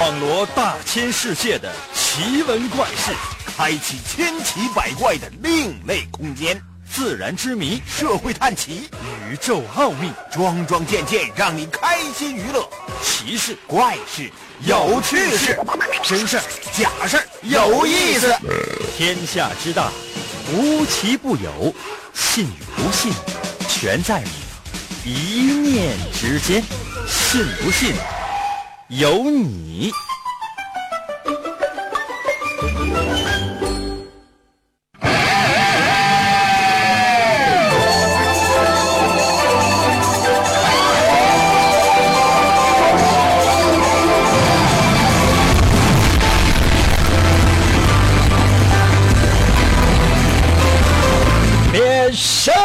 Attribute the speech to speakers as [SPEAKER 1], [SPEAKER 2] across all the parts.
[SPEAKER 1] 网罗大千世界的奇闻怪事，
[SPEAKER 2] 开启千奇百怪的另类空间，
[SPEAKER 1] 自然之谜，
[SPEAKER 2] 社会探奇，
[SPEAKER 1] 宇宙奥秘，
[SPEAKER 2] 桩桩件件让你开心娱乐，
[SPEAKER 1] 奇事
[SPEAKER 2] 怪事有趣事，
[SPEAKER 1] 真事
[SPEAKER 2] 假事有意思。
[SPEAKER 1] 天下之大，无奇不有，信与不信，全在你一念之间。信不信由你。变身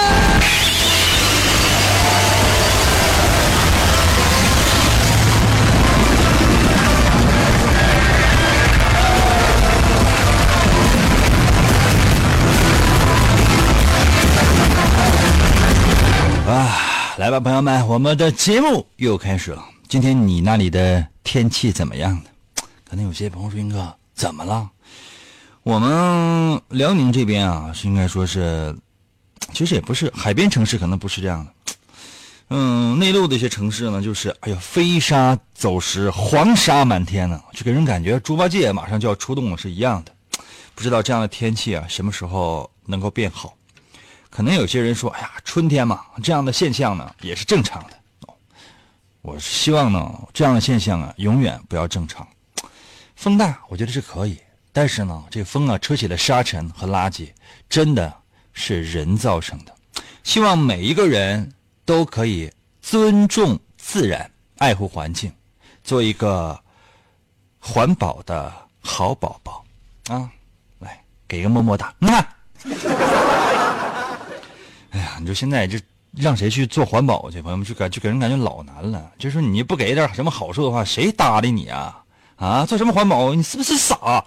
[SPEAKER 1] 来吧，朋友们，我们的节目又开始了。今天你那里的天气怎么样呢？可能有些朋友说，英哥怎么了？我们辽宁这边啊，是应该说是，其实也不是海边城市，可能不是这样的。内陆的一些城市呢，就是哎呀，飞沙走石，黄沙满天呢，就给人感觉猪八戒马上就要出动了是一样的。不知道这样的天气啊，什么时候能够变好？可能有些人说，哎呀，春天嘛，这样的现象呢也是正常的。我希望呢，这样的现象啊，永远不要正常。风大，我觉得是可以，但是呢，这风啊，吹起的沙尘和垃圾，真的是人造成的。希望每一个人都可以尊重自然，爱护环境，做一个环保的好宝宝啊！来，给个么么哒，哎呀，你说现在这让谁去做环保去？朋友们就给人感觉老难了。就说你不给点什么好处的话，谁搭理你啊？啊，做什么环保？你是不是傻？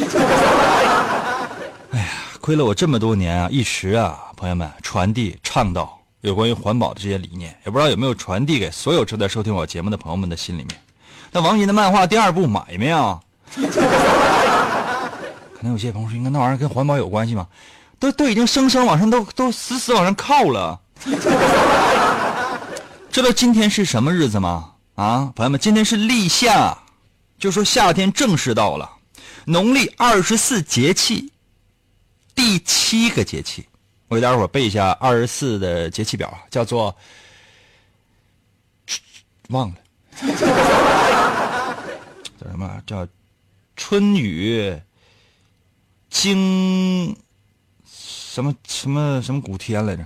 [SPEAKER 1] 哎呀，亏了我这么多年啊，一直啊，朋友们传递倡导有关于环保的这些理念，也不知道有没有传递给所有正在收听我节目的朋友们的心里面。那王银的漫画第2部买没有？可能有些朋友说，应该那玩意儿跟环保有关系吗？都已经生生往上都死往上靠了。知道今天是什么日子吗？啊，朋友们，今天是立夏，就说夏天正式到了，农历24节气，第7个节气。我给大伙背一下24的节气表，叫做忘了叫什么？叫春雨经什么古天来着？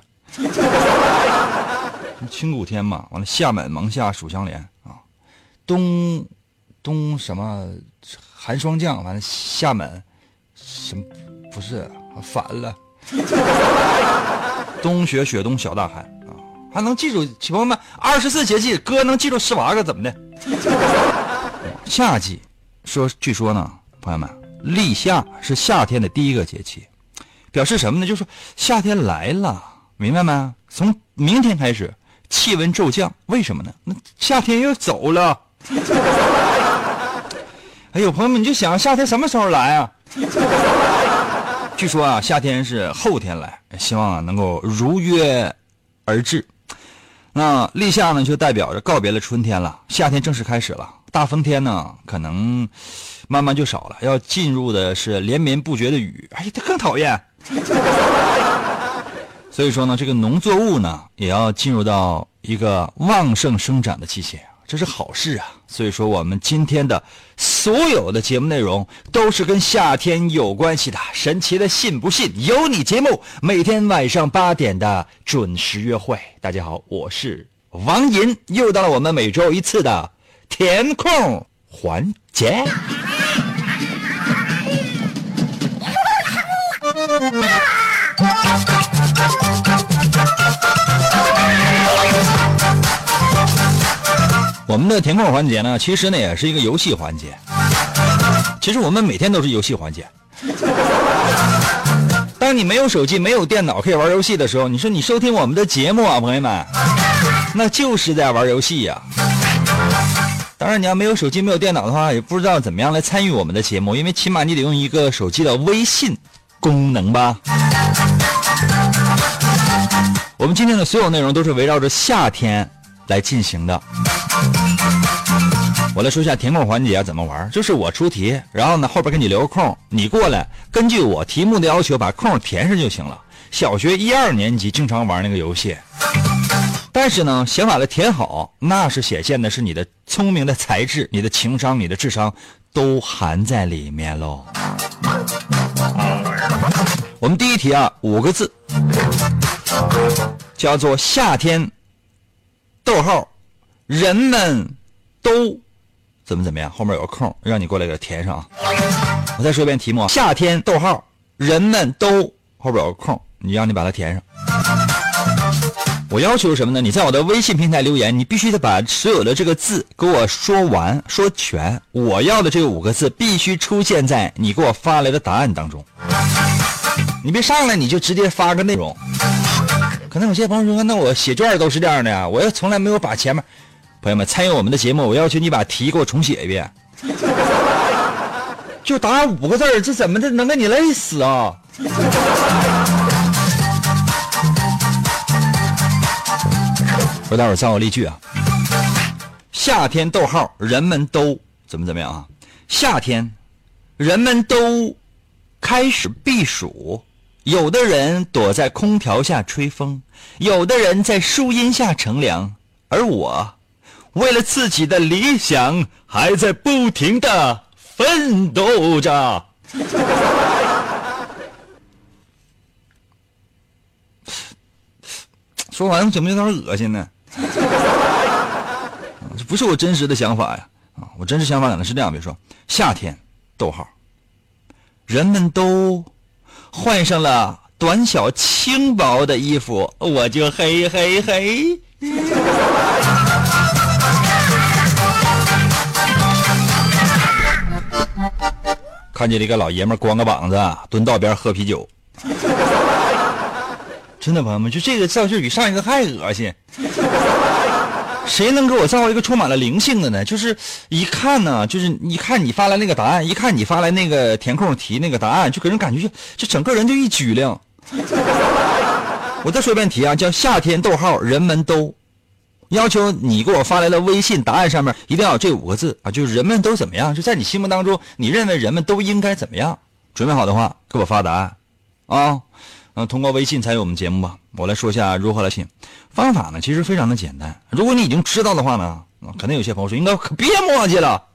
[SPEAKER 1] 清古天嘛。完了，夏满芒夏暑相连啊。冬什么寒霜降，完了夏满什么不是反了？冬雪雪冬小大寒啊，还能记住朋友们24节气，哥能记住18个怎么的？夏季据说呢，朋友们，立夏是夏天的第1个节气。表示什么呢？就是说夏天来了，明白吗？从明天开始气温骤降，为什么呢？那夏天又走了。哎呦，朋友们，你就想夏天什么时候来啊？据说啊，夏天是后天来，希望啊能够如约而至。那立夏呢，就代表着告别了春天了，夏天正式开始了。大风天呢，可能慢慢就少了，要进入的是连绵不绝的雨，哎，这更讨厌。所以说呢，这个农作物呢也要进入到一个旺盛生长的季节，这是好事啊。所以说我们今天的所有的节目内容都是跟夏天有关系的。神奇的信不信由你节目，每天晚上8点的准时约会。大家好，我是王银，又到了我们每周一次的填空环节。我们的填空环节呢，其实呢也是一个游戏环节。其实我们每天都是游戏环节。当你没有手机、没有电脑可以玩游戏的时候，你说你收听我们的节目啊，朋友们，那就是在玩游戏呀。 当然你要没有手机没有电脑的话，也不知道怎么样来参与我们的节目，因为起码你得用一个手机的微信功能吧。我们今天的所有内容都是围绕着夏天来进行的。我来说一下填空环节怎么玩，就是我出题，然后呢后边给你留个空，你过来根据我题目的要求把空填上就行了。小学1、2年级经常玩那个游戏，但是呢想法的填好，那是显现的是你的聪明的才智，你的情商，你的智商都含在里面喽。我们第一题啊，5个字，叫做夏天逗号人们都怎么样，后面有个空让你过来给填上啊。我再说一遍题目，夏天逗号人们都后边有个空，让你把它填上。我要求什么呢？你在我的微信平台留言，你必须得把所有的这个字给我说完说全，我要的这个5个字必须出现在你给我发来的答案当中。你别上来你就直接发个内容。可能有些朋友说，那我写卷都是这样的呀，我也从来没有把前面。朋友们参与我们的节目，我要求你把题给我重写一遍。就答5个字，这怎么的能给你累死啊？我待会儿造个例句啊。夏天逗号人们都怎么样啊？夏天人们都开始避暑，有的人躲在空调下吹风，有的人在树荫下乘凉，而我为了自己的理想还在不停地奋斗着。说完怎么有点恶心呢？这不是我真实的想法呀！我真实想法可能是这样，比如说夏天逗号人们都换上了短小轻薄的衣服，我就嘿嘿嘿。看见了一个老爷们光个膀子蹲道边喝啤酒。真的朋友们，就这个造句比上一个还恶心。谁能给我造一个充满了灵性的呢？就是一看呢，就是一看你发来那个答案，一看你发来那个填空题那个答案，就给人感觉就整个人就一举灵。我再说一遍题啊，叫夏天逗号人们都，要求你给我发来的微信答案上面一定要有这5个字啊，就是人们都怎么样，就在你心目当中你认为人们都应该怎么样。准备好的话给我发答案啊。通过微信参与我们节目吧。我来说一下如何来信。方法呢其实非常的简单，如果你已经知道的话呢，可能有些朋友说应该可别磨叽了。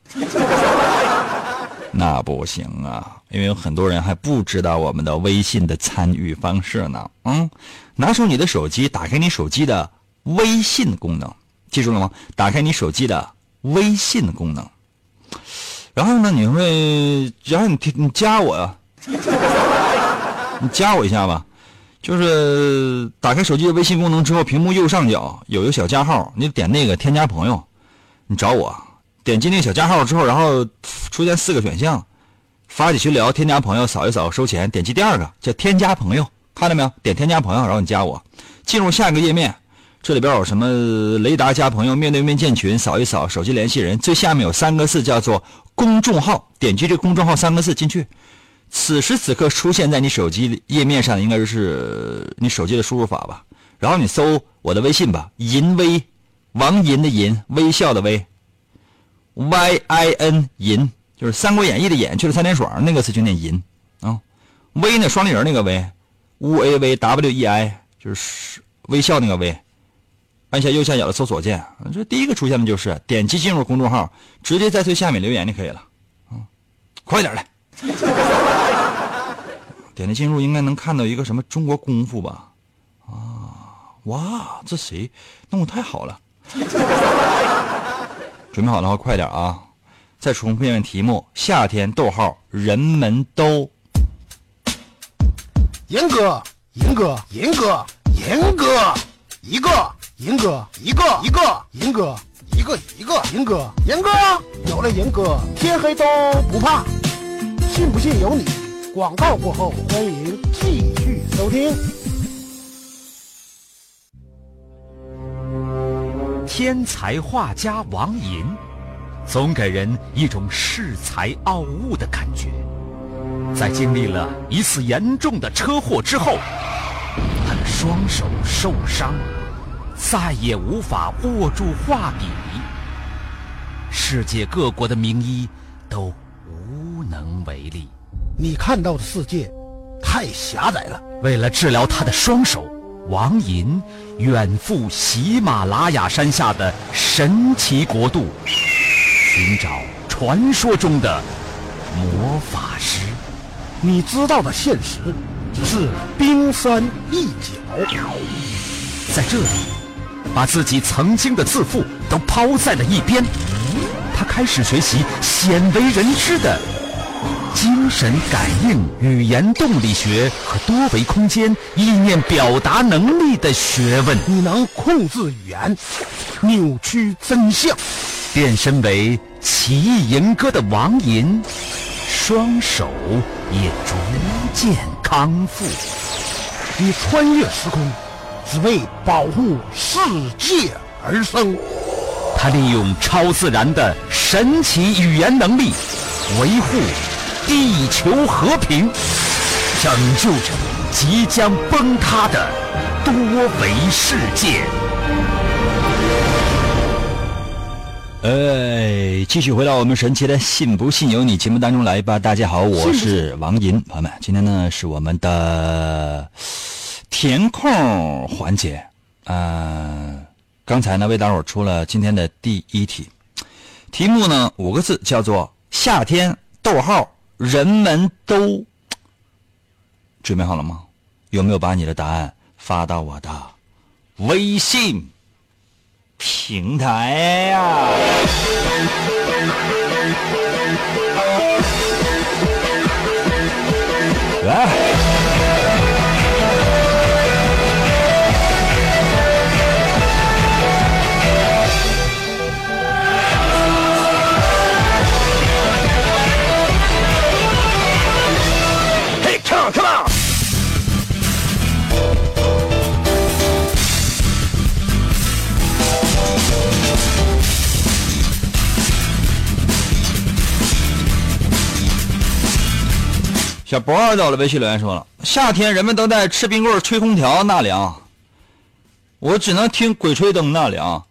[SPEAKER 1] 那不行啊，因为有很多人还不知道我们的微信的参与方式呢。拿出你的手机，打开你手机的微信功能，记住了吗？打开你手机的微信功能，然后呢你会，然后你加我呀，你加我一下吧。就是打开手机的微信功能之后，屏幕右上角有一个小加号，你点那个添加朋友，你找我，点击那个小加号之后，然后出现4个选项，发起群聊，添加朋友，扫一扫收钱，点击第2个叫添加朋友，看到没有？点添加朋友，然后你加我，进入下一个页面，这里边有什么雷达加朋友、面对面建群，扫一扫手机联系人，最下面有3个字叫做公众号，点击这公众号3个字进去。此时此刻出现在你手机页面上应该是你手机的输入法吧，然后你搜我的微信吧，银微，王银的银，微笑的微， YIN 银，就是三国演义的演去了3点水那个词就念银啊。微呢双立人那个微， UAVWEI 就是微笑那个微，按下右下角的搜索键，这第一个出现的就是点击进入公众号，直接在最下面留言就可以了快点来。点击进入应该能看到一个什么中国功夫吧？哇，这谁弄得太好了！准备好的话快点啊！再重复一遍题目：夏天逗号人们都。
[SPEAKER 2] 严哥，严哥，严哥，严哥，一个，严哥，一个，一个，严哥，一个，一个，严哥，严哥，有了严哥，天黑都不怕。信不信由你。广告过后，欢迎继续收听。
[SPEAKER 3] 天才画家王寅总给人一种恃才傲物的感觉。在经历了一次严重的车祸之后，他的双手受伤，再也无法握住画笔。世界各国的名医都无能为力。
[SPEAKER 2] 你看到的世界太狭窄了。
[SPEAKER 3] 为了治疗他的双手，王寅远赴喜马拉雅山下的神奇国度，寻找传说中的魔法师。
[SPEAKER 2] 你知道的现实只是冰山一角。
[SPEAKER 3] 在这里，把自己曾经的自负都抛在了一边，他开始学习鲜为人知的精神感应、语言动力学和多维空间意念表达能力的学问。
[SPEAKER 2] 你能控制语言，扭曲真相，
[SPEAKER 3] 变身为奇异吟歌的王寅，双手也逐渐康复。
[SPEAKER 2] 你穿越时空，只为保护世界而生。
[SPEAKER 3] 他利用超自然的神奇语言能力，维护地球和平，拯救着即将崩塌的多维世界。
[SPEAKER 1] 继续回到我们神奇的信不信由你节目当中来吧。大家好，我是王寅，朋友们，今天呢是我们的填空环节。刚才呢为大伙出了今天的第一题，题目呢5个字，叫做夏天逗号人们都。准备好了吗？有没有把你的答案发到我的微信平台呀？来。Come on! 小博到了微信留言说了，夏天人们都在吃冰棍吹空调纳凉，我只能听鬼吹灯纳凉。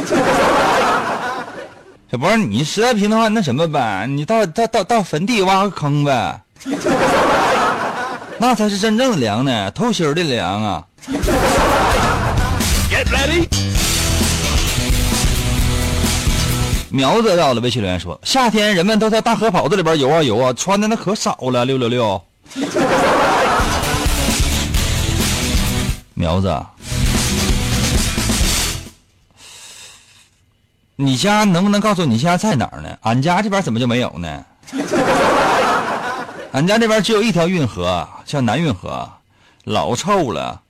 [SPEAKER 1] 小博，你实在不行的话那什么呗，你到坟地挖个坑呗，那才是真正的凉呢，透心的凉啊。Get ready。苗子到了微信留言说，夏天人们都在大河跑子里边游啊游啊，穿的那可少了666。苗子，你家能不能告诉你家在哪儿呢？俺家这边怎么就没有呢？俺家这边只有一条运河，叫南运河，老臭了。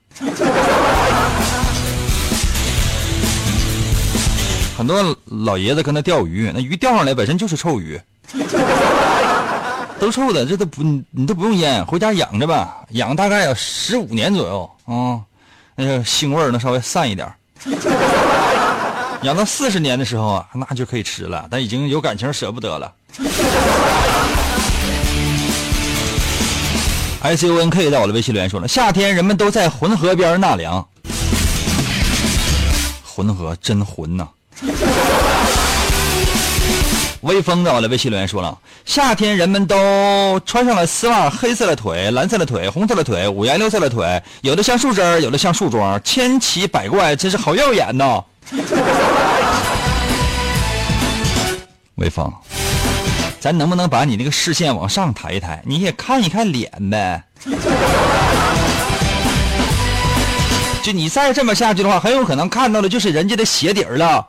[SPEAKER 1] 很多老爷子跟他钓鱼，那鱼钓上来本身就是臭鱼，都臭的，这都不你都不用腌，回家养着吧，养大概有15年左右啊，那个腥味能稍微散一点。养到40年的时候啊，那就可以吃了，但已经有感情舍不得了。ICONK 在我的微信留言说了，夏天人们都在浑河边纳凉。浑河真浑呐。微风在我的微信留言说了，夏天人们都穿上了丝袜，黑色的腿，蓝色的腿，红色的腿，五颜六色的腿，有的像树枝，有的像树桩，千奇百怪，真是好耀眼呐。微风，咱能不能把你那个视线往上抬一抬，你也看一看脸呗。就你再这么下去的话，很有可能看到的就是人家的鞋底儿了。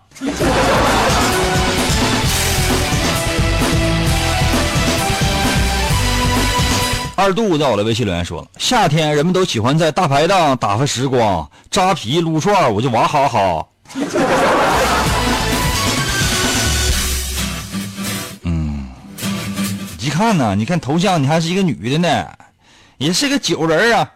[SPEAKER 1] 二度在我的微信留言说了，夏天人们都喜欢在大排档打发时光，扎皮撸串，我就娃哈哈。一看呢，你看头像，你还是一个女的呢，也是个酒人啊。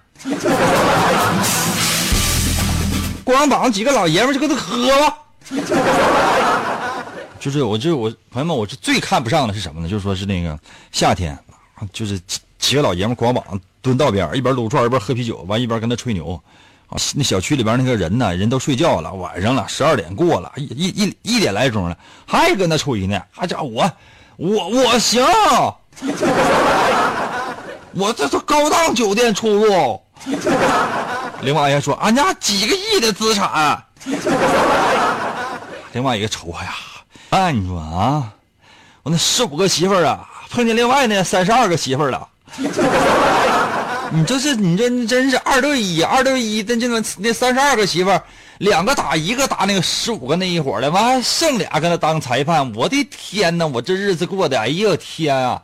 [SPEAKER 1] 光膀几个老爷们就给他喝吧。 就是我朋友们，我是最看不上的是什么呢？就是说是那个夏天，就是几个老爷们光膀蹲道边，一边撸串一边喝啤酒，完一边跟他吹牛。那小区里边那个人呢，人都睡觉了，晚上了，12点过了，一点来钟了，还跟他吹呢。还家我行，我这是高档酒店出入。另外一个说，俺家几个亿的资产。另外一个瞅呀，你说啊，我那15个媳妇儿啊，碰见另外那32个媳妇儿了。你这真是2对1，那32个媳妇儿，2个打1个打那个15个那一伙的，完还剩俩跟他当裁判。我的天哪，我这日子过的，哎呀天啊！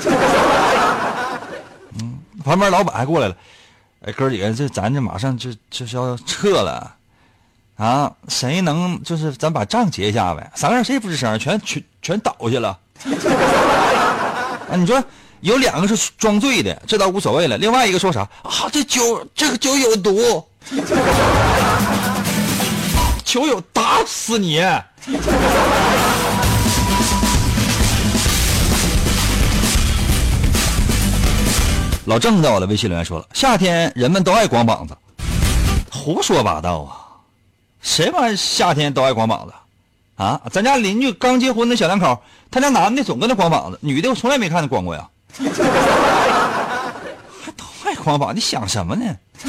[SPEAKER 1] 旁边老板还过来了，哥几个，咱这马上就是要撤了。啊，谁能就是咱把账结一下呗？3个人谁不吱声，全倒下了。啊，你说有2个是装醉的，这倒无所谓了。另外一个说啥啊？这个酒有毒，酒有打死你！老郑在我的微信留言说了，夏天人们都爱光膀子，胡说八道啊！谁把夏天都爱光膀子啊？咱家邻居刚结婚的小两口，他家男的总跟他光膀子，女的我从来没看他光过呀。还都爱光膀，你想什么呢？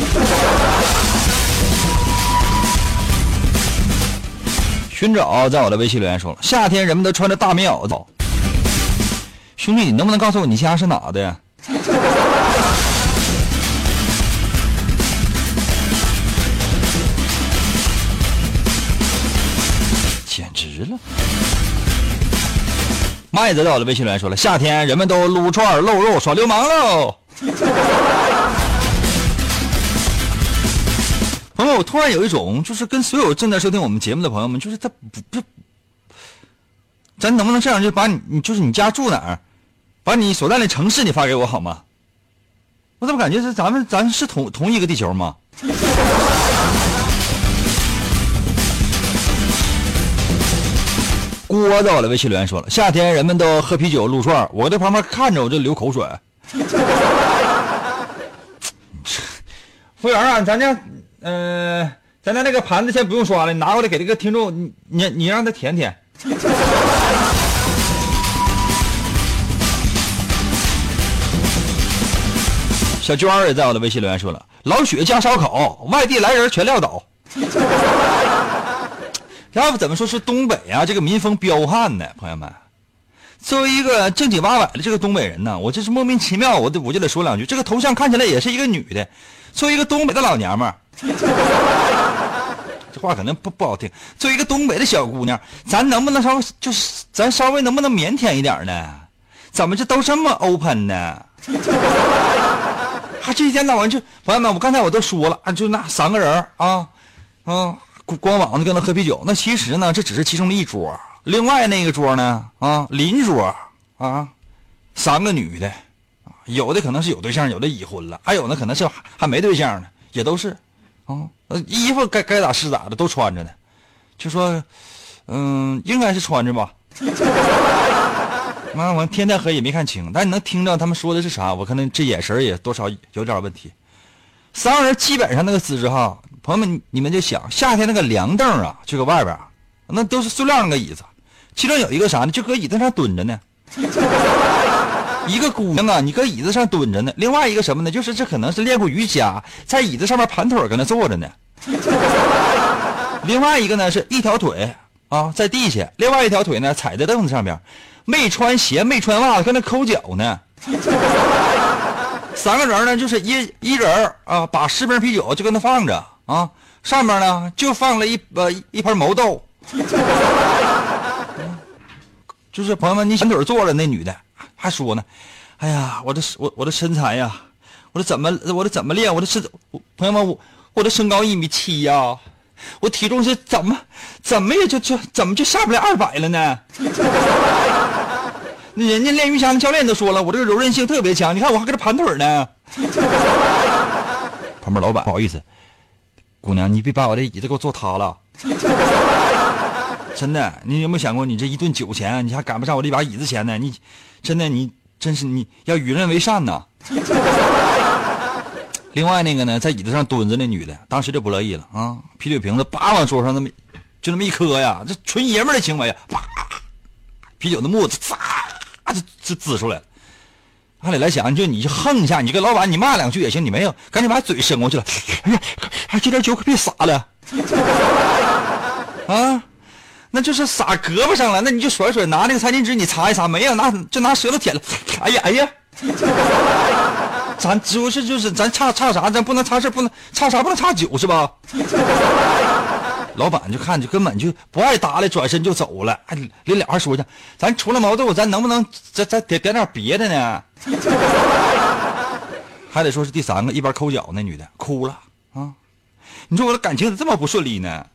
[SPEAKER 1] 寻找在我的微信留言说了，夏天人们都穿着大棉袄走。兄弟，你能不能告诉我你家是哪的呀？简直了！麦子在我的微信留言说了，夏天人们都撸串露肉耍流氓喽。朋友，我突然有一种就是跟所有正在收听我们节目的朋友们，就是他不，咱能不能这样，就把你就是你家住哪儿，把你所在的城市你发给我好吗？我怎么感觉是咱是同一个地球吗？郭在我的微信留言说了，夏天人们都喝啤酒撸串，我在旁边看着我就流口水。服务员啊，咱家那个盘子先不用刷了，你拿过来给这个听众，你让他舔舔。小娟儿也在我的微信留言说了，老雪加烧烤，外地来人全撂倒。要不怎么说是东北啊，这个民风彪悍呢？朋友们，作为一个正经八百的这个东北人呢，我这是莫名其妙，我就得说两句。这个头像看起来也是一个女的，作为一个东北的老娘们儿，这话可能不好听。作为一个东北的小姑娘，咱能不能稍微能不能腼腆一点呢？怎么这都这么 open 呢？这一天到晚就朋友们，我刚才我都说了，就那3个人光膀子跟他喝啤酒，那其实呢，这只是其中的一桌，另外那个桌呢，邻桌3个女的，有的可能是有对象，有的已婚了，还有呢可能是还没对象呢，也都是，衣服该咋是咋的都穿着呢，就说，应该是穿着吧。我天天喝也没看清，但你能听着他们说的是啥？我可能这眼神也多少有点问题。3个人基本上那个姿势哈，朋友们你们就想，夏天那个凉凳啊，这个外边那都是塑料那个椅子，其中有一个啥呢，就搁椅子上蹲着呢。一个姑娘啊，你搁椅子上蹲着呢。另外一个什么呢，就是这可能是练过瑜伽，在椅子上面盘腿搁那坐着呢。另外一个呢是一条腿在地下，另外一条腿呢踩在凳子上边，没穿鞋没穿袜子跟那抠脚呢。3个人呢就是一人把10瓶啤酒就跟那放着上面呢就放了一盘毛豆。就是朋友们，你盘腿坐着那女的还说呢，哎呀，我的身材呀，我这怎么练，朋友们，我的身高1.7米呀，我体重是怎么就下不来200了呢？人家练瑜伽的教练都说了，我这个柔韧性特别强，你看我还搁这盘腿呢。旁边老板，不好意思，姑娘，你别把我这椅子给我坐塌了。 真的，你有没有想过，你这一顿酒钱，你还赶不上我这把椅子钱呢？你真的，你真是你要与人为善呐。另外那个呢，在椅子上蹲着那女的，当时就不乐意了啊！啤酒瓶子叭往桌上就那么一磕呀，这纯爷们的行为啊！啪，啤酒的沫子唰就滋出来了。按理来讲，就你就横一下，你跟老板你骂两句也行，你没有，赶紧把嘴伸过去了。哎呀，还这点酒可别洒了啊！那就是洒胳膊上了，那你就甩甩，拿那个餐巾纸你擦一擦，没有就拿舌头舔了。哎呀，咱就是咱差啥？咱不能差事，不能差啥？不能差酒是吧？老板就看就根本就不爱搭理，转身就走了。哎，临了还说去，咱除了毛豆，咱能不能再点点别的呢？还得说是第三个，一边抠脚那女的哭了啊！你说我的感情怎么这么不顺利呢？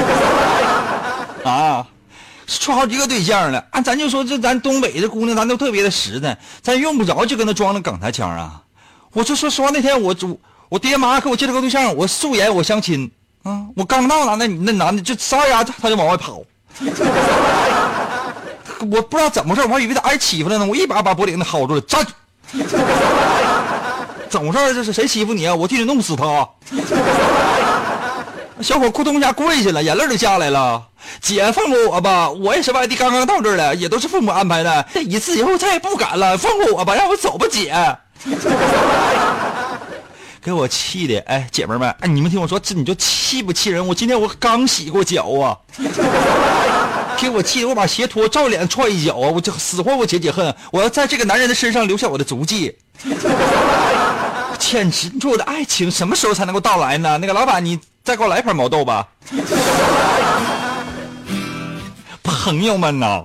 [SPEAKER 1] 啊，处好几个对象了，咱就说这咱东北这姑娘咱都特别的实在，咱用不着就跟她装那港台腔啊。我就说实话，那天我爹妈给我介绍个对象，我素颜我相亲啊，我刚到那男的就撒丫他就往外跑，我不知道怎么回事，我还以为他挨欺负了呢，我一把把脖领子薅住了，站住！怎么回事？这是谁欺负你啊？我替你弄死他！小伙扑通一下跪下了，眼泪就下来了。姐，放过我吧，我也是外地刚刚到这儿的，也都是父母安排的。这一次以后再也不敢了，放过我吧，让我走吧，姐。给我气的，哎，姐妹们，哎，你们听我说，这你就气不气人？我今天我刚洗过脚啊，给我气的，我把鞋脱，照脸踹一脚啊！我就死活我解恨，我要在这个男人的身上留下我的足迹。简直，你说我的爱情什么时候才能够到来呢？那个老板，你再给我来盘毛豆吧。朋友们呐，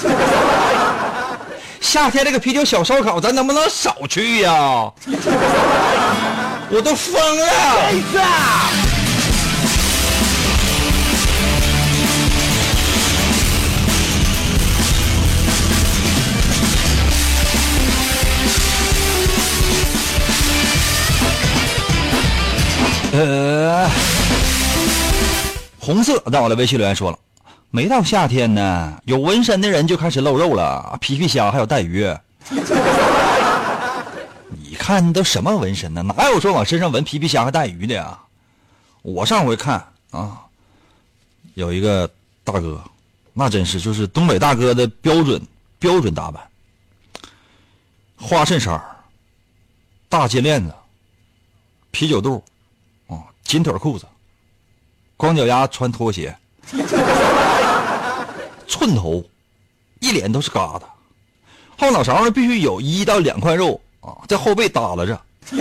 [SPEAKER 1] 夏天这个啤酒小烧烤，咱能不能少去呀？我都疯了！红色在我的微信留言说了，没到夏天呢，有纹身的人就开始露肉了，皮皮虾还有带鱼。你看都什么纹身呢？哪有说往身上纹皮皮虾和带鱼的呀？我上回看啊，有一个大哥，那真是就是东北大哥的标准打扮，花衬衫，大金链子，啤酒肚，紧腿裤子，光脚丫穿拖鞋，寸头，一脸都是疙瘩，后脑勺呢必须有1到2块肉啊，在后背耷拉着，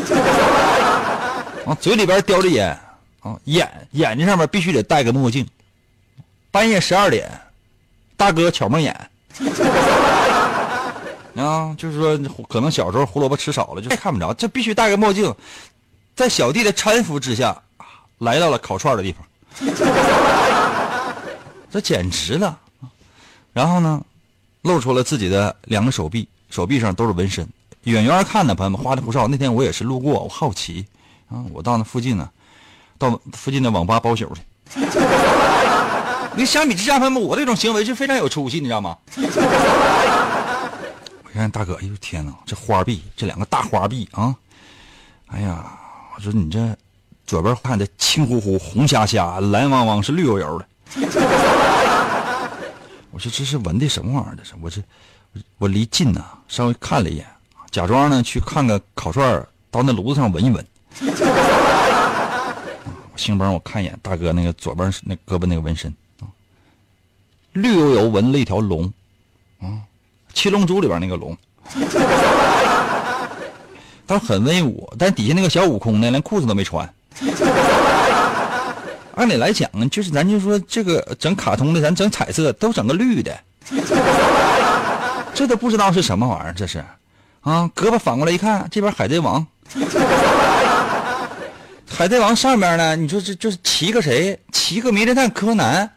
[SPEAKER 1] 啊，嘴里边叼着烟啊，眼睛上面必须得戴个墨镜，半夜12点，大哥巧蒙眼，啊，就是说可能小时候胡萝卜吃少了，就看不着，这必须戴个墨镜，在小弟的搀扶之下，来到了烤串的地方，这简直了。然后呢，露出了自己的2个手臂，手臂上都是纹身。远远看呢，朋友们，花里胡哨。那天我也是路过，我好奇啊，我到那附近呢，到附近的网吧包宿去。你相比之下，朋友们，我这种行为是非常有出息，你知道吗？我看大哥，哎呦天哪，这花臂，这2个大花臂啊！哎呀，我说你这左边看的青乎乎、红虾虾、蓝汪汪，是绿油油的。我说这是纹的什么玩意儿？这是我离近呢，稍微看了一眼，假装呢去看个烤串，到那炉子上闻一闻。我兴帮我看一眼大哥那个左边那胳膊那个纹身啊，绿油油纹了一条龙啊，七龙珠里边那个龙。倒是很威武，但底下那个小悟空呢，连裤子都没穿。按理来讲，就是咱就说这个整卡通的，咱整彩色都整个绿的，这都不知道是什么玩意儿，这是啊！胳膊反过来一看，这边海贼王，海贼王上面呢，你说这就是骑个谁？骑个名侦探柯南。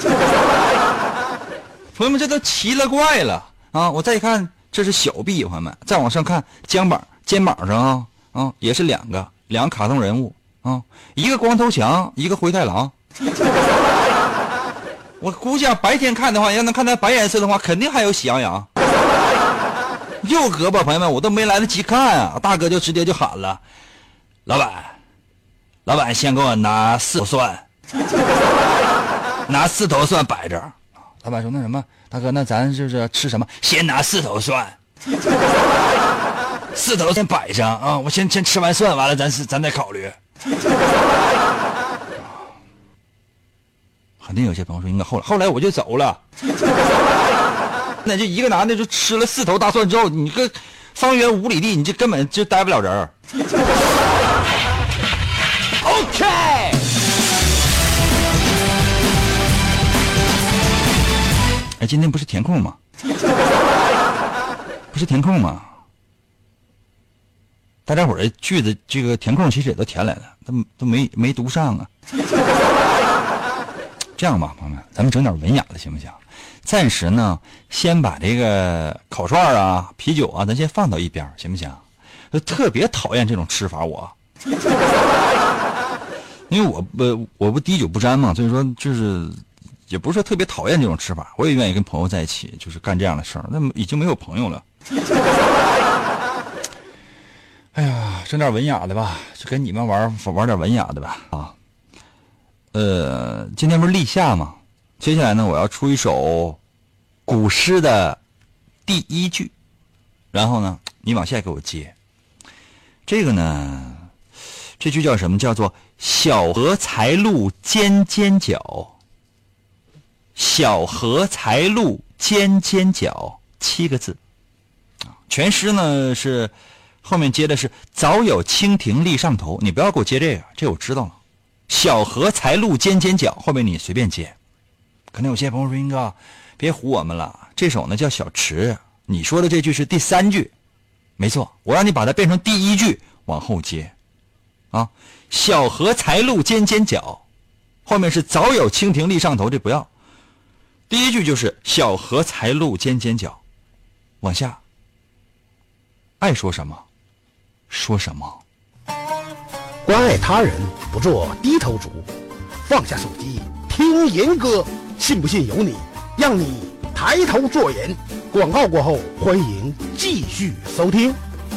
[SPEAKER 1] 朋友们，这都奇了怪了啊！我再一看，这是小臂，朋友们，再往上看肩膀上啊，也是两个卡通人物啊，一个光头强，一个灰太狼。 我估计白天看的话，要能看到白颜色的话，肯定还有喜羊羊。右胳膊，朋友们，我都没来得及看啊，大哥就直接就喊了：“老板，先给我拿4头蒜，拿4头蒜摆着。”老板说：“那什么，大哥，那咱就是吃什么？先拿4头蒜，4头先摆上啊，我先吃完蒜，完了咱再考虑。”肯定有些朋友说应该后来我就走了。那就一个男的就吃了4头大蒜之后，你个方圆5里地，你这根本就待不了人。OK。哎，今天不是填空吗？不是填空吗？大家伙儿句子这个填空其实也都填来了，都没读上啊。这样吧，朋友们，咱们整点文雅的行不行？暂时呢，先把这个烤串啊、啤酒啊，咱先放到一边，行不行？就特别讨厌这种吃法，因为我不滴酒不沾嘛，所以说就是也不是说特别讨厌这种吃法，我也愿意跟朋友在一起，就是干这样的事儿。那已经没有朋友了。哎呀，整点文雅的吧，就跟你们玩点文雅的吧啊。今天不是立夏嘛，接下来呢，我要出一首古诗的第1句，然后呢，你往下给我接。这个呢，这句叫什么？叫做小荷才露尖尖角。小荷才露尖尖角，7个字。全诗呢是后面接的是早有蜻蜓立上头，你不要给我接这个，这我知道了。小荷才露尖尖角，后面你随便接。可能有些朋友说英哥别唬我们了，这首呢叫小池，你说的这句是第3句，没错，我让你把它变成第1句往后接啊。小荷才露尖尖角，后面是早有蜻蜓立上头，这不要。第1句就是小荷才露尖尖角，往下爱说什么说什么。
[SPEAKER 2] 关爱他人，不做低头族，放下手机听严歌，信不信由你，让你抬头做人。广告过后，欢迎继续收听。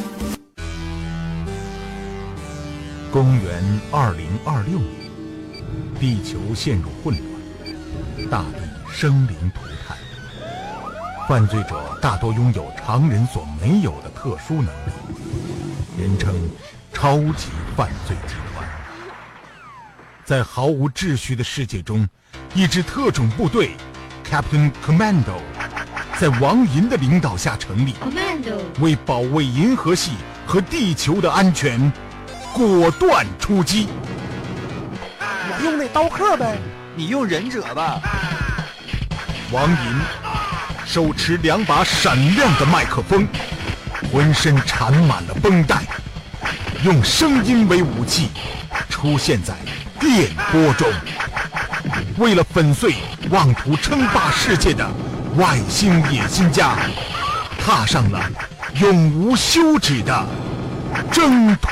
[SPEAKER 4] 公元2026年，地球陷入混乱，大地生灵涂炭，犯罪者大多拥有常人所没有的特殊能力，人称超级犯罪集团。在毫无秩序的世界中，一支特种部队 Captain Commando 在王银的领导下成立，为保卫银河系和地球的安全，果断出击。
[SPEAKER 2] 我用那刀客呗，
[SPEAKER 1] 你用忍者吧。
[SPEAKER 4] 王银手持2把闪亮的麦克风，浑身缠满了绷带，用声音为武器，出现在电波中，为了粉碎妄图称霸世界的外星野心家，踏上了永无休止的征途。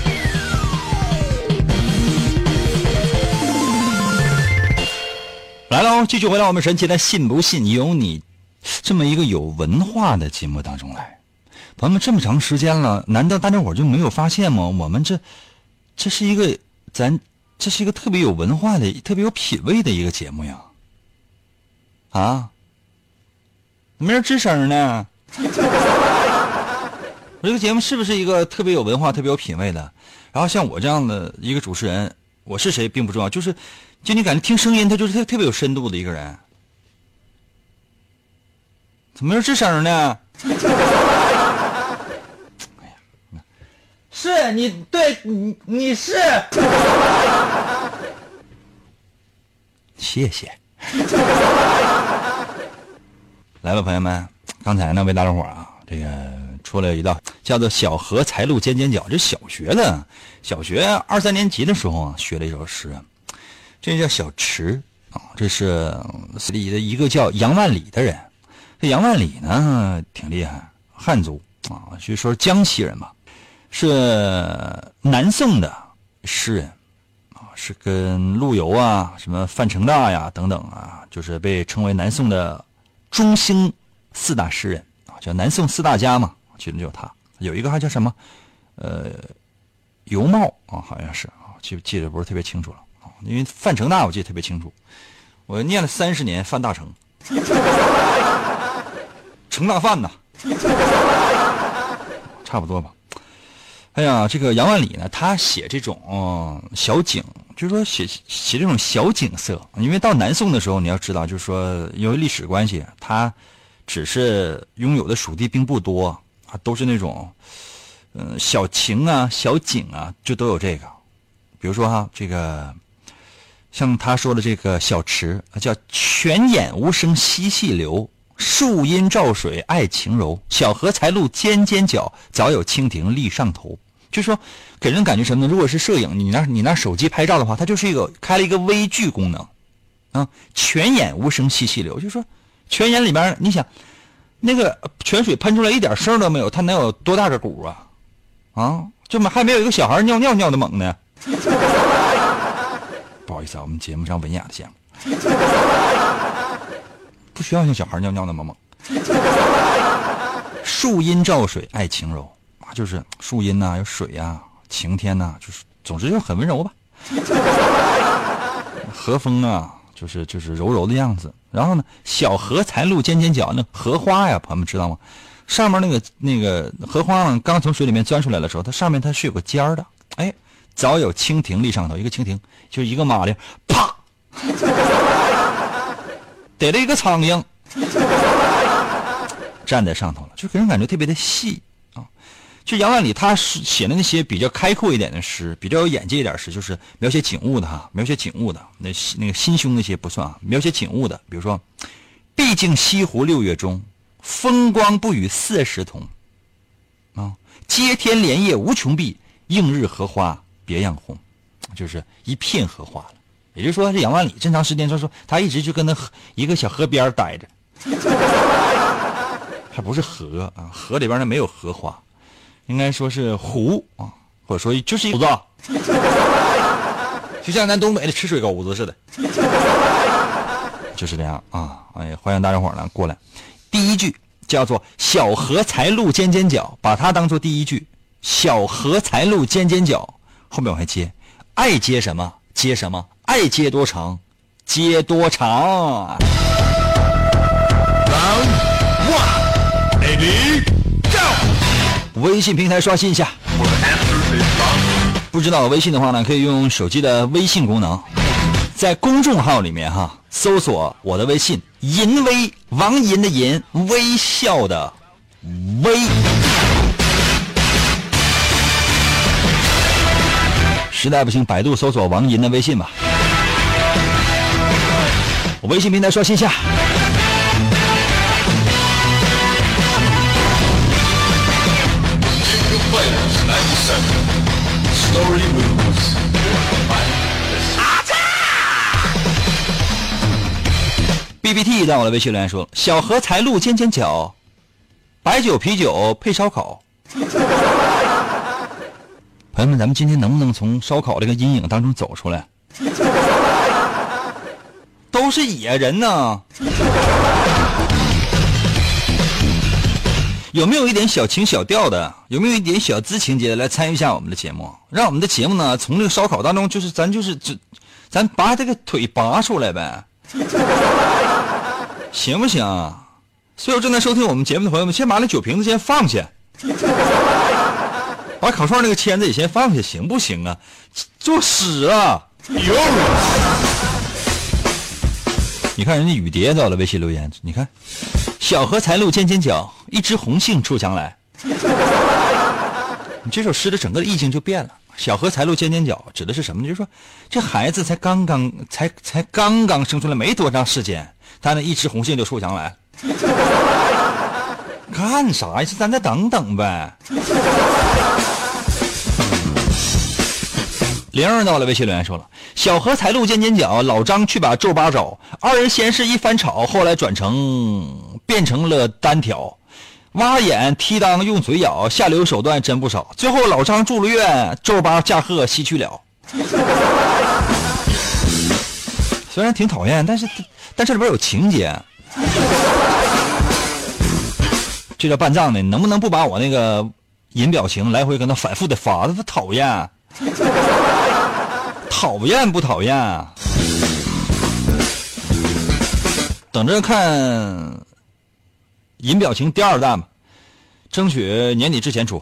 [SPEAKER 1] 来喽，继续回到我们神奇的信不信由你这么一个有文化的节目当中来。朋友们，这么长时间了，难道大家伙就没有发现吗？我们这是一个这是一个特别有文化的、特别有品位的一个节目呀！啊，没人吱声呢。我这个节目是不是一个特别有文化、特别有品位的？然后像我这样的一个主持人，我是谁并不重要，就你感觉听声音，他就是特别有深度的一个人。怎么没人吱声呢？是你对你是，谢谢。来吧，朋友们，刚才呢为大家伙啊，这个出了一道叫做小荷才露尖尖角。这小学2、3年级的时候啊，学了一首诗，这叫小池啊，这是里的一个叫杨万里的人。这杨万里呢挺厉害，汉族啊，据说江西人吧。是南宋的诗人， 是跟陆游啊、什么范成大呀等等啊，就是被称为南宋的中兴4大诗人啊，叫南宋4大家嘛，其中就有他，有一个还叫什么尤茂啊，好像是啊，记得不是特别清楚了啊，因为范成大我记得特别清楚，我念了30年范大成，成大范呐，差不多吧。哎呀，这个杨万里呢，他写这种小景，就是说写这种小景色，因为到南宋的时候，你要知道，就是说因为历史关系，他只是拥有的属地并不多啊，都是那种小情啊、小景啊，就都有这个。比如说哈，这个像他说的这个小池叫泉眼无声惜细流，树阴照水爱晴柔，小荷才露尖尖角，早有蜻蜓立上头。就是说给人感觉什么呢？如果是摄影，你拿手机拍照的话，它就是开了一个微距功能啊。泉眼无声惜细流，就是说泉眼里边，你想那个泉水喷出来一点声都没有，它能有多大个鼓啊？啊，就还没有一个小孩尿的猛呢。不好意思啊，我们节目上文雅的节目，不需要像小孩尿那么猛。树阴照水爱晴柔。就是树荫呐，有水呀，晴天呐，就是总之就很温柔吧。和风啊，就是柔柔的样子。然后呢，小荷才露尖尖角，那荷花呀，朋友们知道吗？上面那个荷花呢，刚从水里面钻出来的时候，它上面它是有个尖儿的。哎，早有蜻蜓立上头，一个蜻蜓就是一个马铃，啪，逮了一个苍蝇，站在上头了，就给人感觉特别的细。就杨万里他写的那些比较开阔一点的诗，比较有眼界一点的诗，就是描写景物的哈，描写景物的那个心胸那些不算啊，描写景物的，比如说毕竟西湖6月中，风光不与40同啊，接天莲叶无穷碧，映日荷花别样红，就是一片荷花了。也就是说这杨万里这长时间说他一直就跟那一个小河边待着，还不是河啊，河里边那没有荷花，应该说是湖啊，或者说就是一湖子，就像咱东北的吃水沟子似的，就是这样啊！哎，欢迎大家伙呢过来。第一句叫做“小荷才露尖尖角”，把它当做第一句。小荷才露尖尖角，后面我还接，爱接什么接什么，爱接多长接多长。微信平台刷新一下，不知道微信的话呢，可以用手机的微信功能，在公众号里面哈，搜索我的微信银微，王银的银，微笑的微。实在不行，百度搜索王银的微信吧。微信平台刷新一下。BBT 在我的微信留言说：“小荷才露尖尖角，白酒啤酒配烧烤。”朋友们，咱们今天能不能从烧烤这个阴影当中走出来？都是野人呢。有没有一点小情小调的，有没有一点小资情节的来参与一下我们的节目，让我们的节目呢从这个烧烤当中咱把这个腿拔出来呗，行不行？所有正在收听我们节目的朋友们，先把那酒瓶子先放下，把烤串那个签子也先放下，行不行啊？作死啊！你看人家雨蝶在我的微信留言，你看小荷才露尖尖角，一枝红杏出墙来。你这首诗的整个的意境就变了。小荷才露尖尖角指的是什么呢？就是说这孩子才刚刚生出来没多长时间，他那一枝红杏就出墙来。干啥呀？咱再等等呗。02到了微信留言说了，小荷才露尖尖角，老张去把皱巴找，二人先是一番吵，后来变成了单挑，挖眼踢裆用嘴咬，下流手段真不少，最后老张住了院，皱巴驾鹤西去了。 虽然挺讨厌，但这里边有情节。这叫办账的，你能不能不把我那个银表情来回跟他反复的发？他讨厌，讨厌不讨厌？等着看银表情第2弹吧，争取年底之前出。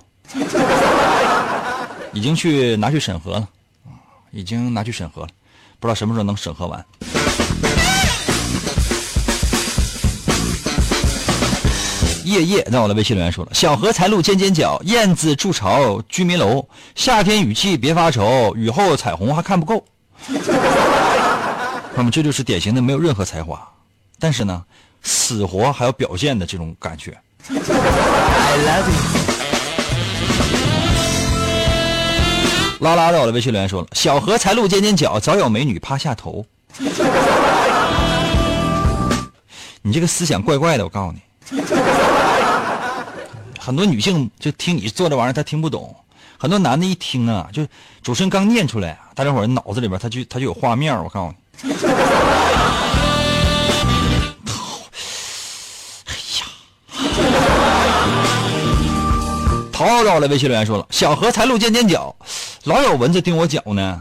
[SPEAKER 1] 已经拿去审核了，已经拿去审核了，不知道什么时候能审核完。夜在我的微信留言说了：小荷才露尖尖角，燕子筑巢居民楼，夏天雨季别发愁，雨后彩虹还看不够。那么这就是典型的没有任何才华，但是呢死活还要表现的这种感觉。I love you。拉拉在我的微信留言说了：小荷才露尖尖角，早有美女趴下头。你这个思想怪怪的，我告诉你。很多女性就听你做这玩意儿，她听不懂；很多男的一听啊，就主持人刚念出来，大家伙脑子里边他就有画面。我告诉你，哎呀，淘淘到了微信留言说了：小荷才露尖尖角，老有蚊子叮我脚呢。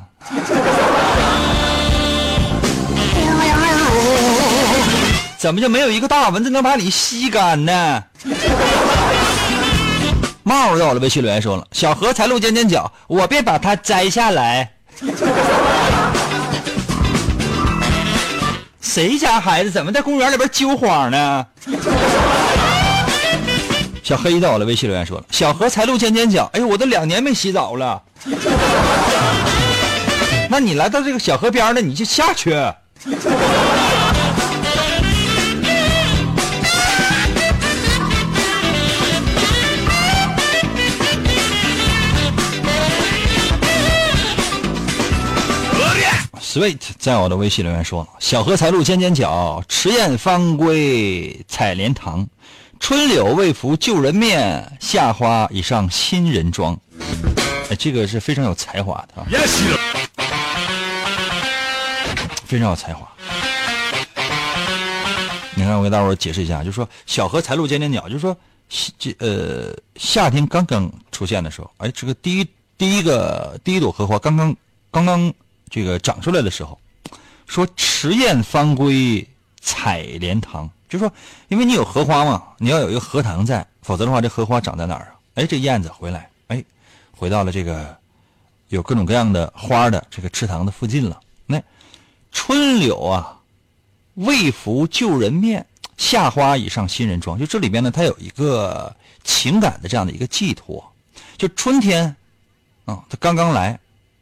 [SPEAKER 1] 怎么就没有一个大蚊子能把你吸干呢？帽到了微信留言说了：小荷才露尖尖角，我便把它摘下来。谁家孩子怎么在公园里边揪花呢？小黑到了微信留言说了：小荷才露尖尖角，哎呦，我都2年没洗澡了。那你来到这个小河边呢，你就下去。Sweet 在我的微信留言说了：小荷才露尖尖角，迟燕方归采莲塘，春柳未拂旧人面，夏花已上新人妆。哎，这个是非常有才华的啊，非常有才华。你看，我给大伙解释一下，就是说小荷才露尖尖角，就是说夏天刚刚出现的时候，哎，这个第一朵荷花刚刚这个长出来的时候，说迟燕方归采莲塘，就是说因为你有荷花嘛，你要有一个荷塘在，否则的话这荷花长在哪儿啊？哎，这燕子回来，哎，回到了这个有各种各样的花的这个池塘的附近了。那春柳啊未拂旧人面，夏花已上新人妆，就这里边呢它有一个情感的这样的一个寄托。就春天啊，它刚刚来，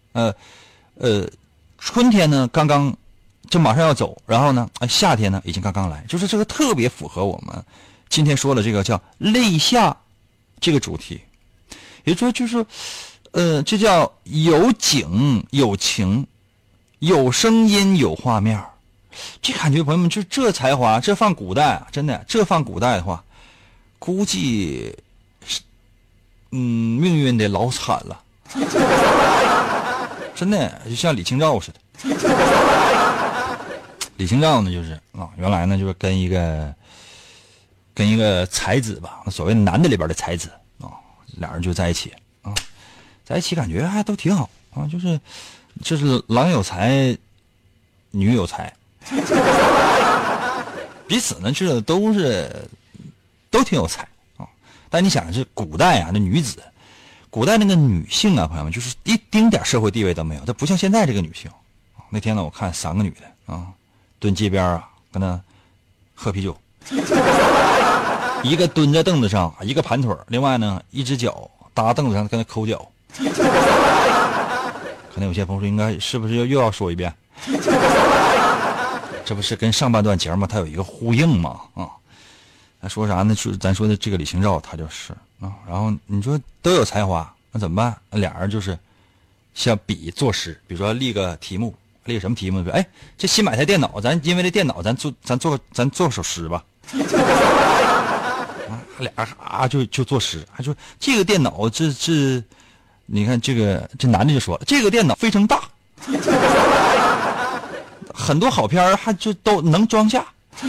[SPEAKER 1] 春天呢刚刚就马上要走，然后呢夏天呢已经刚刚来，就是这个特别符合我们今天说的这个叫立夏这个主题。也就是说就是这叫有景有情有声音有画面。这感觉朋友们，就这才华，这放古代啊，真的，这放古代的话估计命运得老惨了。真的就像李清照似的。李清照呢就是原来呢就是跟一个才子吧，所谓男的里边的才子俩人就在一起在一起感觉还都挺好就是郎有才女有才，彼此呢这都挺有才但你想这古代啊，那女子古代那个女性啊，朋友们，就是一丁点社会地位都没有，她不像现在这个女性。那天呢，我看3个女的蹲街边跟她喝啤酒，一个蹲在凳子上，一个盘腿，另外呢，一只脚搭凳子上跟她抠脚。可能有些朋友说，应该是不是又要说一遍？这不是跟上半段节目它有一个呼应吗？咱说啥呢？咱说的这个李清照，她就是然后你说都有才华，那怎么办？俩人就是像比作诗，比如说立个题目，立个什么题目？说哎，这新买台电脑，咱因为这电脑，咱做首诗吧。俩就作诗，还说这个电脑这，你看这男的就说了，这个电脑非常大很多好片还就都能装下。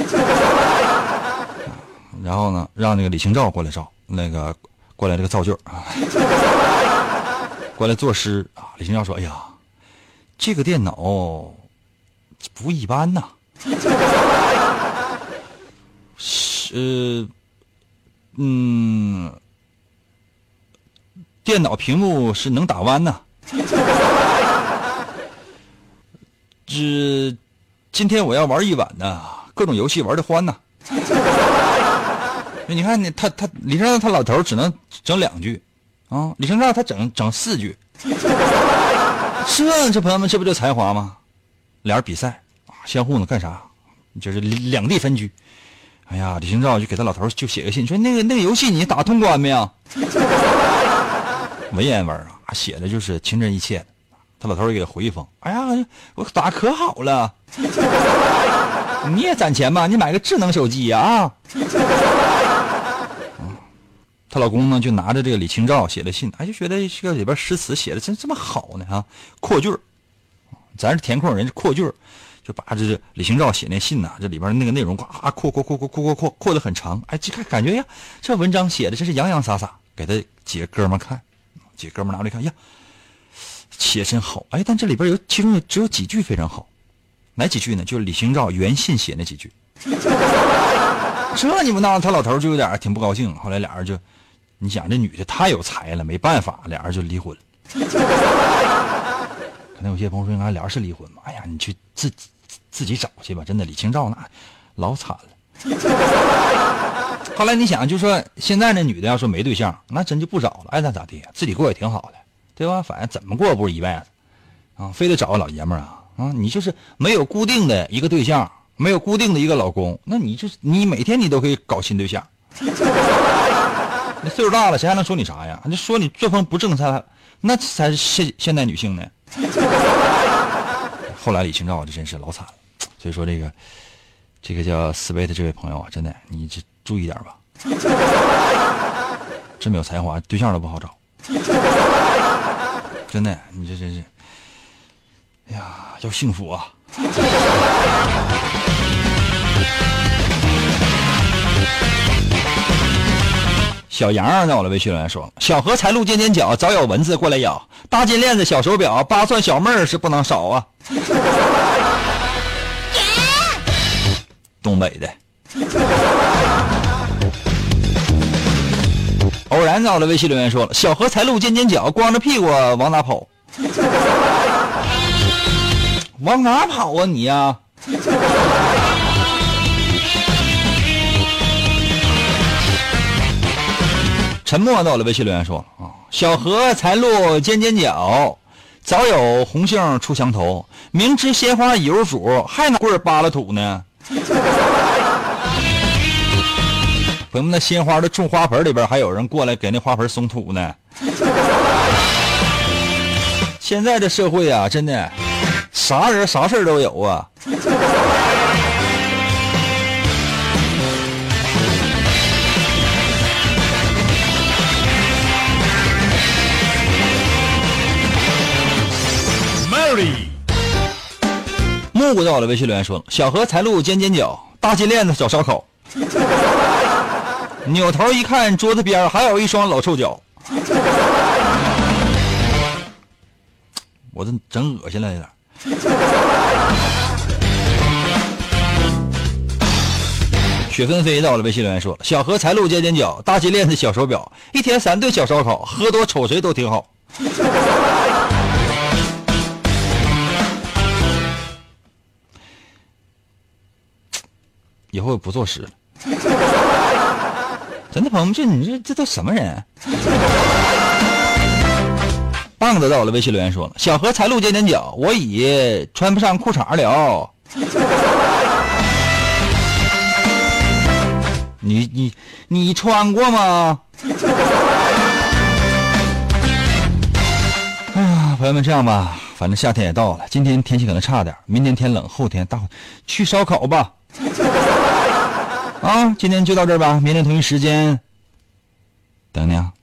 [SPEAKER 1] 然后呢，让那个李清照过来照，过来这个造句啊，过来作诗啊。李清照说：“哎呀，这个电脑不一般呐，电脑屏幕是能打弯呐。今天我要玩一晚呢，各种游戏玩得欢呐。”你看你他李清照他老头只能整2句啊，李清照他整4句，这朋友们这不就才华吗？俩人比赛啊，相互呢干啥？就是两地分居。哎呀，李清照就给他老头就写个信，说那个游戏你打通关没有？文言文啊，写的就是情真意切的。他老头也给他回一封，哎呀，我打可好了。你也攒钱吧，你买个智能手机呀啊！她老公呢就拿着这个李清照写的信，就觉得这个里边诗词写的真这么好呢啊！扩句，咱是填空人，扩句，就把这李清照写那信呐，这里边那个内容扩得很长，这感觉呀，这文章写的真是洋洋洒洒，给他几个哥们看，几个哥们拿来看呀，写真好，但这里边其中只有几句非常好，哪几句呢？就是李清照原信写那几句。这你们他老头就有点挺不高兴，后来俩人就，你想这女的太有才了，没办法，俩人就离婚了。可能有些朋友说，俩人是离婚吗？哎呀，你去自己找去吧，真的，李清照那老惨了。后来你想，就说现在那女的要说没对象，那真就不找了，爱咋咋地，自己过也挺好的，对吧？反正怎么过不是一辈子啊，非得找个老爷们儿啊，你就是没有固定的一个对象。没有固定的一个老公，那你每天你都可以搞新对象。你岁数大了，谁还能说你啥呀？就说你作风不正常，那才是现代女性呢。后来李清照就真是老惨了，所以说这个叫斯威的这位朋友啊，真的你这注意点吧，真没有才华，对象都不好找。真的，你这真是，哎呀，要幸福啊！小杨在我的微信留言说：“小荷才露尖尖角，早有蚊子过来咬；大金链子、小手表、8寸小妹儿是不能少啊。”东北的。偶然在我的微信留言说了：“小荷才露尖尖角，光着屁股往哪跑？”往哪跑啊你呀？沉默到了微信留言说小荷才露尖尖角，早有红杏出墙头，明知鲜花已入主，还拿棍扒拉土呢。朋友们，那鲜花的种花盆里边还有人过来给那花盆松土呢。现在的社会啊，真的啥人啥事都有啊。木谷在我的微信留言说：“小荷才露尖尖角，大金链子小烧烤。”扭头一看，桌子边还有一双老臭脚，我这整恶心了有点。雪纷飞在我的微信留言说：“小荷才露尖尖角，大金链子小手表，一天3顿小烧烤，喝多瞅谁都挺好。”以后不作诗了，真的朋友们，这都什么人？棒子在我的微信留言说了：“小荷才露尖尖角，我已穿不上裤衩了。”你穿过吗？哎呀，朋友们，这样吧，反正夏天也到了，今天天气可能差点，明天天冷，后天去烧烤吧。啊，今天就到这儿吧，明天同一时间等你啊。